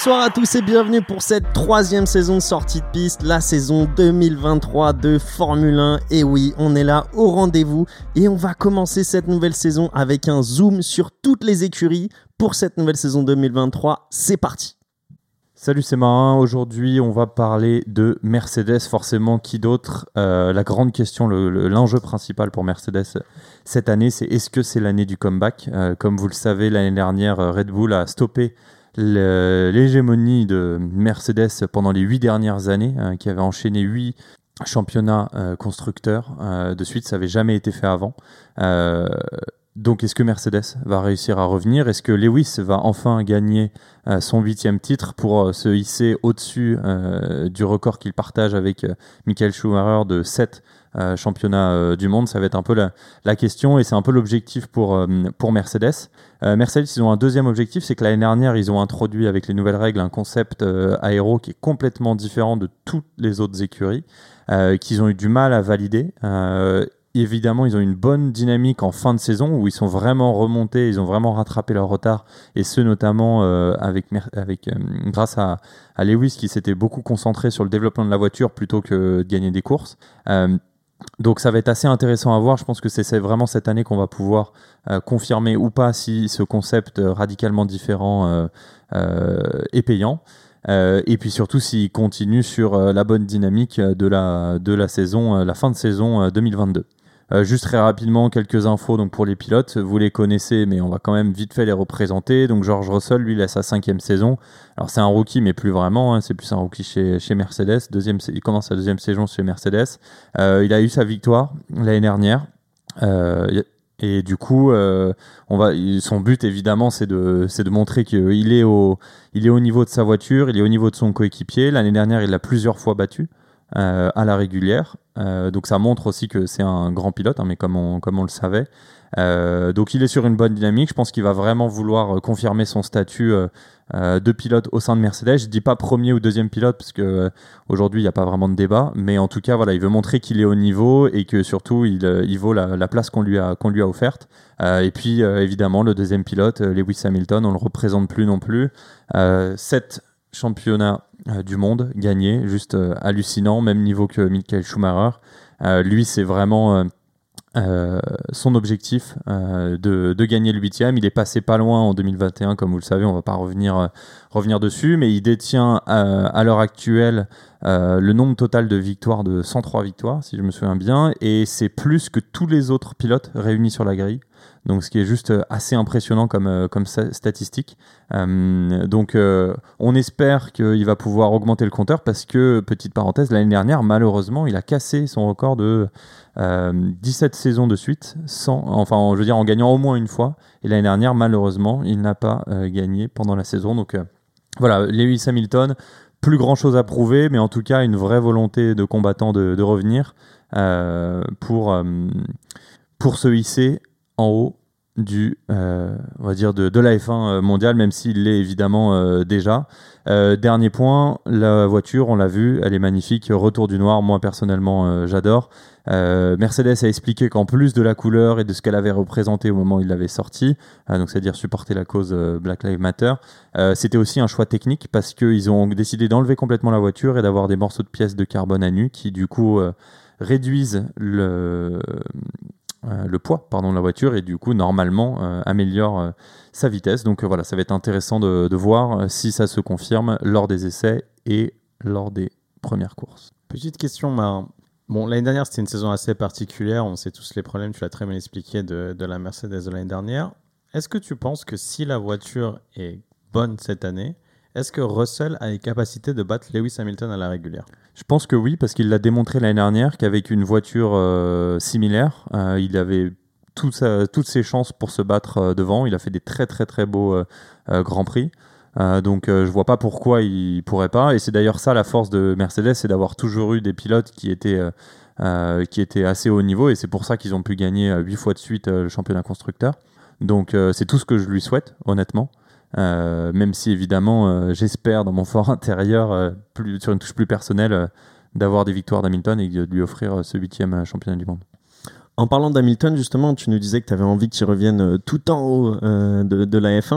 Bonsoir à tous et bienvenue pour cette troisième saison de sortie de piste, la saison 2023 de Formule 1. Et oui, on est là au rendez-vous et on va commencer cette nouvelle saison avec un zoom sur toutes les écuries pour cette nouvelle saison 2023. C'est parti. Salut, c'est Marin. Aujourd'hui, on va parler de Mercedes. Forcément, qui d'autre ? La grande question, l'enjeu principal pour Mercedes cette année, c'est est-ce que c'est l'année du comeback ? Comme vous le savez, l'année dernière, Red Bull a stoppé l'hégémonie de Mercedes pendant les 8 dernières années, qui avait enchaîné 8 championnats constructeurs de suite. Ça n'avait jamais été fait avant. Donc, est-ce que Mercedes va réussir à revenir ? Est-ce que Lewis va enfin gagner son 8e titre pour se hisser au-dessus du record qu'il partage avec Michael Schumacher de 7 championnats du monde ? Ça va être un peu la question et c'est un peu l'objectif pour Mercedes. Mercedes, ils ont un deuxième objectif, c'est que l'année dernière, ils ont introduit avec les nouvelles règles un concept aéro qui est complètement différent de toutes les autres écuries, qu'ils ont eu du mal à valider. Évidemment, ils ont une bonne dynamique en fin de saison où ils sont vraiment remontés, ils ont vraiment rattrapé leur retard, et ce notamment grâce à Lewis qui s'était beaucoup concentré sur le développement de la voiture plutôt que de gagner des courses. Donc ça va être assez intéressant à voir. Je pense que c'est vraiment cette année qu'on va pouvoir confirmer ou pas si ce concept radicalement différent est payant. Et puis surtout s'il continue sur la bonne dynamique de la saison, la fin de saison 2022. Juste très rapidement, quelques infos donc pour les pilotes. Vous les connaissez, mais on va quand même vite fait les représenter. Donc George Russell, lui, il a sa 5e saison. Alors c'est un rookie, mais plus vraiment. C'est plus un rookie chez Mercedes. Il commence sa 2e saison chez Mercedes. Il a eu sa victoire l'année dernière. Et du coup, son but évidemment, c'est de montrer qu'il est au niveau de sa voiture, il est au niveau de son coéquipier. L'année dernière, il l'a plusieurs fois battu à la régulière. Donc ça montre aussi que c'est un grand pilote, mais comme on le savait. Donc il est sur une bonne dynamique. Je pense qu'il va vraiment vouloir confirmer son statut de pilote au sein de Mercedes. Je dis pas premier ou deuxième pilote parce que aujourd'hui il n'y a pas vraiment de débat, mais en tout cas voilà, il veut montrer qu'il est au niveau et que surtout il vaut la place qu'on lui a offerte. Et puis évidemment le deuxième pilote, Lewis Hamilton, on le représente plus non plus. 7 championnats du monde gagnés, juste hallucinant, même niveau que Michael Schumacher. Lui c'est vraiment son objectif de gagner le 8e. Il est passé pas loin en 2021, comme vous le savez, on va pas revenir dessus, mais il détient à l'heure actuelle le nombre total de victoires de 103 victoires, si je me souviens bien, et c'est plus que tous les autres pilotes réunis sur la grille. Donc ce qui est juste assez impressionnant comme statistique. Donc on espère qu'il va pouvoir augmenter le compteur parce que, petite parenthèse, l'année dernière, malheureusement, il a cassé son record de 17 saisons de suite, en gagnant au moins une fois. Et l'année dernière, malheureusement, il n'a pas gagné pendant la saison. Donc voilà, Lewis Hamilton, plus grand chose à prouver, mais en tout cas une vraie volonté de combattant de revenir pour se hisser en haut on va dire de la F1 mondiale, même s'il l'est évidemment déjà. Dernier point, la voiture, on l'a vu, elle est magnifique, retour du noir, moi personnellement j'adore. Mercedes a expliqué qu'en plus de la couleur et de ce qu'elle avait représenté au moment où il l'avait sortie, donc c'est-à-dire supporter la cause Black Lives Matter, c'était aussi un choix technique parce qu'ils ont décidé d'enlever complètement la voiture et d'avoir des morceaux de pièces de carbone à nu qui du coup réduisent le poids de la voiture et du coup normalement améliore sa vitesse. Donc voilà, ça va être intéressant de voir si ça se confirme lors des essais et lors des premières courses. Petite question, Marin. Bon, l'année dernière c'était une saison assez particulière, on sait tous les problèmes, tu l'as très bien expliqué de la Mercedes de l'année dernière. Est-ce que tu penses que si la voiture est bonne cette année, est-ce que Russell a les capacités de battre Lewis Hamilton à la régulière ? Je pense que oui, parce qu'il l'a démontré l'année dernière qu'avec une voiture similaire, il avait toutes ses chances pour se battre devant. Il a fait des très très très beaux Grands Prix. Donc je vois pas pourquoi il pourrait pas. Et c'est d'ailleurs ça la force de Mercedes, c'est d'avoir toujours eu des pilotes qui étaient assez haut niveau. Et c'est pour ça qu'ils ont pu gagner 8 fois de suite le championnat constructeur. Donc c'est tout ce que je lui souhaite, honnêtement. Même si évidemment j'espère dans mon fort intérieur sur une touche plus personnelle d'avoir des victoires d'Hamilton et de lui offrir ce 8e championnat du monde. En parlant d'Hamilton, justement, tu nous disais que tu avais envie qu'il revienne tout en haut de la F1.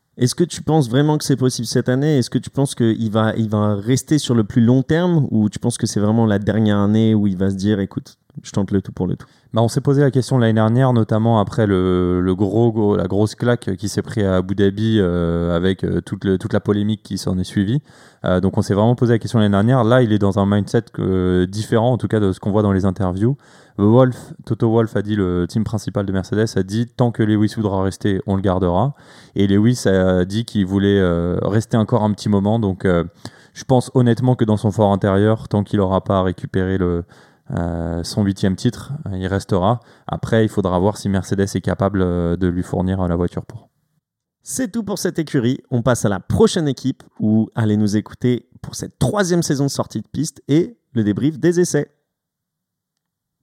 Est-ce que tu penses vraiment que c'est possible cette année? Est-ce que tu penses qu'il va rester sur le plus long terme, ou tu penses que c'est vraiment la dernière année où il va se dire, écoute, je tente le tout pour le tout? On s'est posé la question l'année dernière, notamment après la grosse claque qui s'est pris à Abu Dhabi avec toute la polémique qui s'en est suivie. Donc on s'est vraiment posé la question l'année dernière. Là, il est dans un mindset différent, en tout cas de ce qu'on voit dans les interviews. Toto Wolff a dit, le team principal de Mercedes a dit, tant que Lewis voudra rester, on le gardera. Et Lewis a dit qu'il voulait rester encore un petit moment. Donc je pense honnêtement que dans son fort intérieur, tant qu'il n'aura pas récupéré son 8e titre, il restera. Après, il faudra voir si Mercedes est capable de lui fournir la voiture pour. C'est tout pour cette écurie. On passe à la prochaine équipe où allez nous écouter pour cette 3e saison de sortie de piste et le débrief des essais.